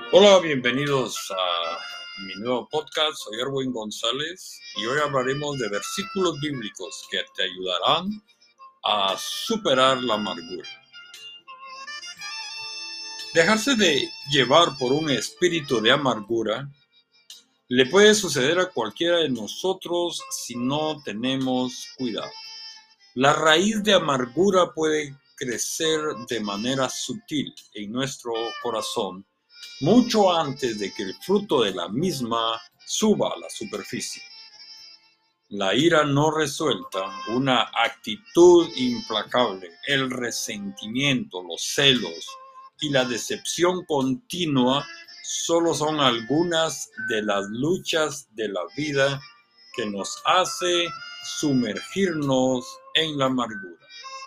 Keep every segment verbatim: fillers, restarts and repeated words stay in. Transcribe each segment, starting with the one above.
Hola, bienvenidos a mi nuevo podcast. Soy Erwin González y hoy hablaremos de versículos bíblicos que te ayudarán a superar la amargura. Dejarse de llevar por un espíritu de amargura le puede suceder a cualquiera de nosotros si no tenemos cuidado. La raíz de amargura puede crecer de manera sutil en nuestro corazón mucho antes de que el fruto de la misma suba a la superficie. La ira no resuelta, una actitud implacable, el resentimiento, los celos y la decepción continua solo son algunas de las luchas de la vida que nos hace sumergirnos en la amargura.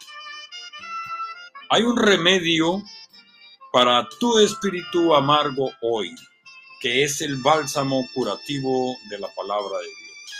Hay un remedio para tu espíritu amargo hoy, que es el bálsamo curativo de la palabra de Dios.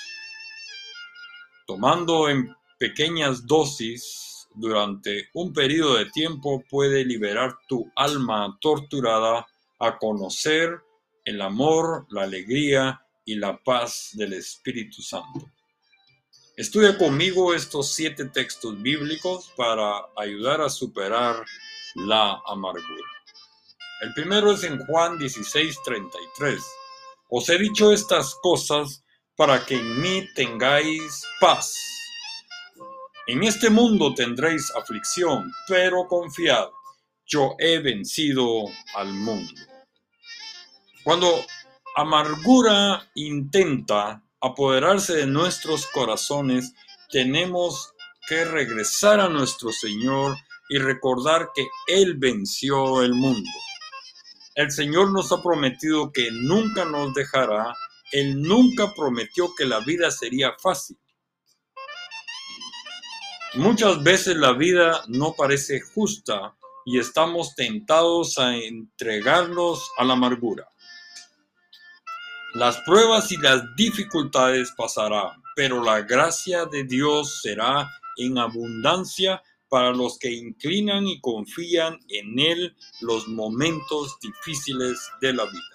Tomando en pequeñas dosis durante un periodo de tiempo puede liberar tu alma torturada a conocer el amor, la alegría y la paz del Espíritu Santo. Estudia conmigo estos siete textos bíblicos para ayudar a superar la amargura. El primero es en Juan dieciséis, treinta y tres. Os he dicho estas cosas para que en mí tengáis paz. En este mundo tendréis aflicción, pero confiad, yo he vencido al mundo. Cuando amargura intenta apoderarse de nuestros corazones, tenemos que regresar a nuestro Señor y recordar que Él venció el mundo. El Señor nos ha prometido que nunca nos dejará. Él nunca prometió que la vida sería fácil. Muchas veces la vida no parece justa y estamos tentados a entregarnos a la amargura. Las pruebas y las dificultades pasarán, pero la gracia de Dios será en abundancia para los que inclinan y confían en Él los momentos difíciles de la vida.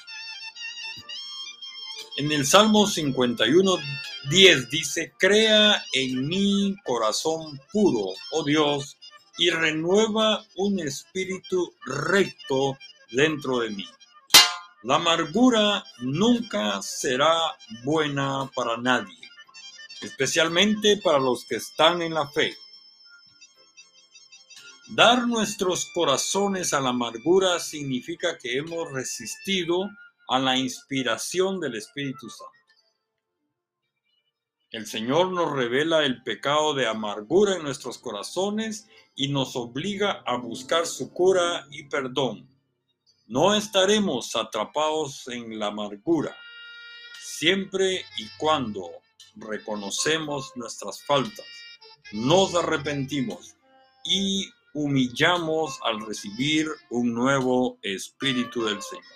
En el Salmo cincuenta y uno, diez dice: Crea en mi corazón puro, oh Dios, y renueva un espíritu recto dentro de mí. La amargura nunca será buena para nadie, especialmente para los que están en la fe. Dar nuestros corazones a la amargura significa que hemos resistido a la inspiración del Espíritu Santo. El Señor nos revela el pecado de amargura en nuestros corazones y nos obliga a buscar su cura y perdón. No estaremos atrapados en la amargura, siempre y cuando reconocemos nuestras faltas, nos arrepentimos y humillamos al recibir un nuevo Espíritu del Señor.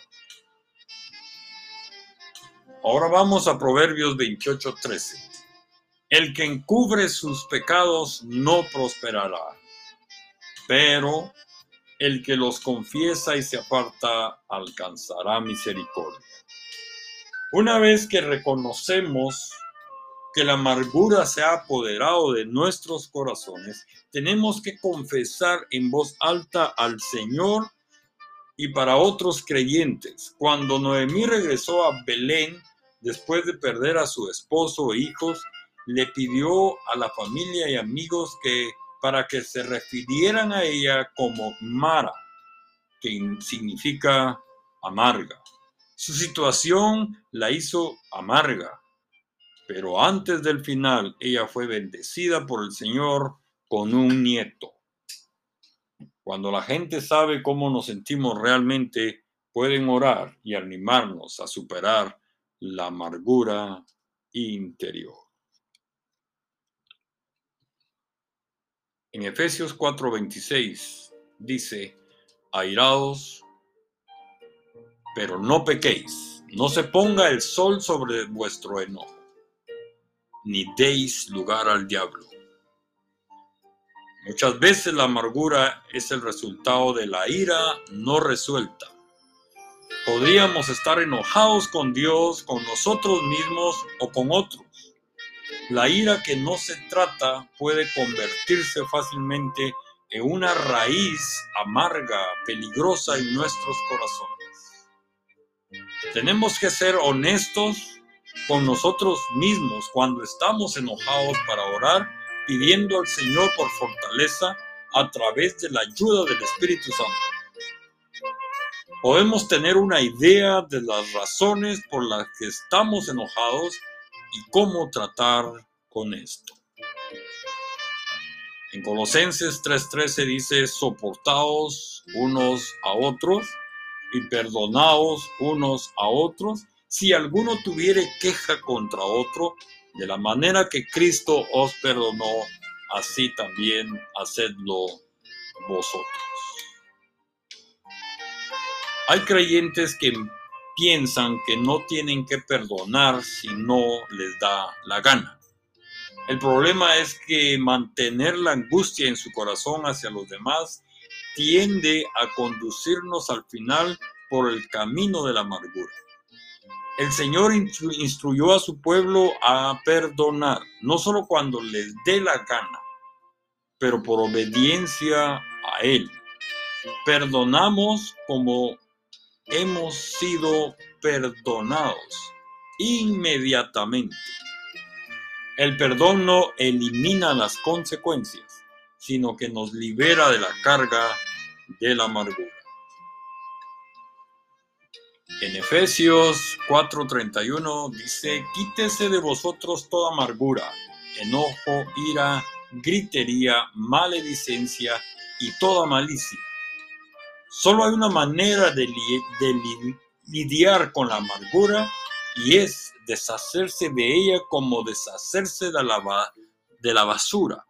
Ahora vamos a Proverbios veintiocho, trece. El que encubre sus pecados no prosperará, pero el que los confiesa y se aparta alcanzará misericordia. Una vez que reconocemos que la amargura se ha apoderado de nuestros corazones, tenemos que confesar en voz alta al Señor y para otros creyentes. Cuando Noemí regresó a Belén, después de perder a su esposo e hijos, le pidió a la familia y amigos que para que se refirieran a ella como Mara, que significa amarga. Su situación la hizo amarga, pero antes del final ella fue bendecida por el Señor con un nieto. Cuando la gente sabe cómo nos sentimos realmente, pueden orar y animarnos a superar la amargura interior. En Efesios cuatro veintiséis dice: airaos, pero no pequéis, no se ponga el sol sobre vuestro enojo, ni deis lugar al diablo. Muchas veces la amargura es el resultado de la ira no resuelta. Podríamos estar enojados con Dios, con nosotros mismos o con otros. La ira que no se trata puede convertirse fácilmente en una raíz amarga, peligrosa en nuestros corazones. Tenemos que ser honestos con nosotros mismos cuando estamos enojados para orar, pidiendo al Señor por fortaleza a través de la ayuda del Espíritu Santo. Podemos tener una idea de las razones por las que estamos enojados y cómo tratar con esto. En Colosenses tres trece dice: soportaos unos a otros y perdonaos unos a otros, si alguno tuviere queja contra otro, de la manera que Cristo os perdonó, así también hacedlo vosotros. Hay creyentes que piensan que no tienen que perdonar si no les da la gana. El problema es que mantener la angustia en su corazón hacia los demás tiende a conducirnos al final por el camino de la amargura. El Señor instru- instruyó a su pueblo a perdonar, no solo cuando les dé la gana, pero por obediencia a Él. Perdonamos como hemos sido perdonados inmediatamente. El perdón no elimina las consecuencias, sino que nos libera de la carga de la amargura. En Efesios cuatro treinta y uno dice: quítese de vosotros toda amargura, enojo, ira, gritería, maledicencia y toda malicia. Solo hay una manera de, li- de li- lidiar con la amargura, y es deshacerse de ella como deshacerse de la, ba- de la basura.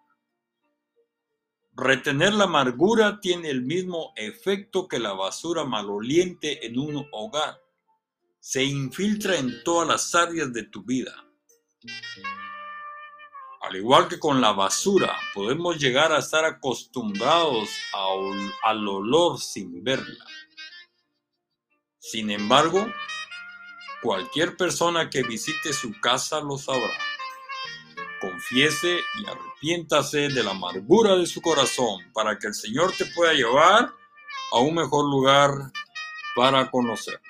Retener la amargura tiene el mismo efecto que la basura maloliente en un hogar. Se infiltra en todas las áreas de tu vida. Al igual que con la basura, podemos llegar a estar acostumbrados a ol- al olor sin verla. Sin embargo, cualquier persona que visite su casa lo sabrá. Confiese y arrepiéntase de la amargura de su corazón para que el Señor te pueda llevar a un mejor lugar para conocer.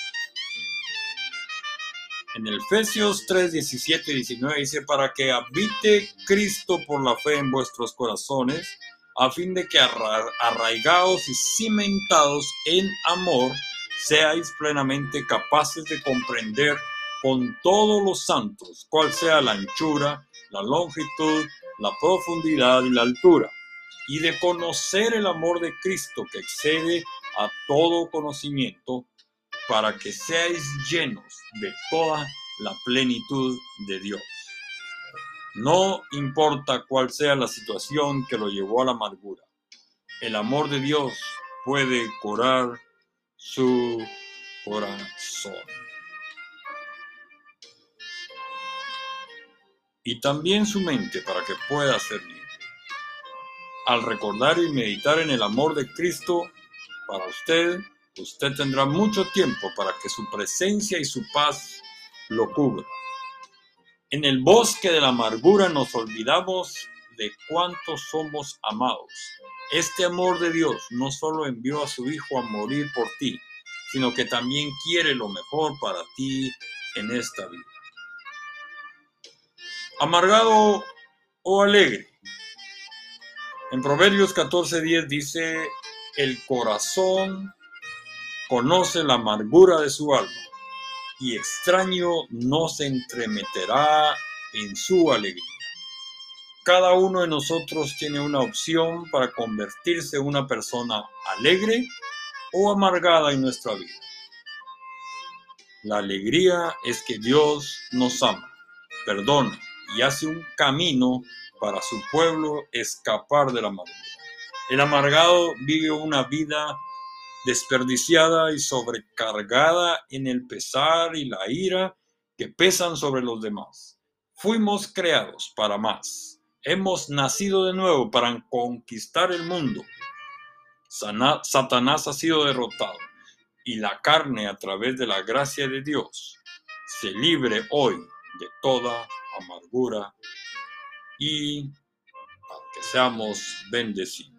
En Efesios tres diecisiete y diecinueve dice: para que habite Cristo por la fe en vuestros corazones, a fin de que arra- arraigados y cimentados en amor, seáis plenamente capaces de comprender con todos los santos cuál sea la anchura, la longitud, la profundidad y la altura, y de conocer el amor de Cristo que excede a todo conocimiento, para que seáis llenos de toda la plenitud de Dios. No importa cuál sea la situación que lo llevó a la amargura, el amor de Dios puede curar su corazón. Y también su mente, para que pueda ser libre. Al recordar y meditar en el amor de Cristo para usted, usted tendrá mucho tiempo para que su presencia y su paz lo cubra. En el bosque de la amargura nos olvidamos de cuánto somos amados. Este amor de Dios no solo envió a su Hijo a morir por ti, sino que también quiere lo mejor para ti en esta vida. Amargado o alegre. En Proverbios catorce diez dice: el corazón conoce la amargura de su alma, y extraño no se entremeterá en su alegría. Cada uno de nosotros tiene una opción para convertirse en una persona alegre o amargada en nuestra vida. La alegría es que Dios nos ama, perdona y hace un camino para su pueblo escapar de la amargura. El amargado vive una vida desperdiciada y sobrecargada en el pesar y la ira que pesan sobre los demás. Fuimos creados para más. Hemos nacido de nuevo para conquistar el mundo. Sana- Satanás ha sido derrotado. y la carne a través de la gracia de Dios se libre hoy de toda amargura y para que seamos bendecidos.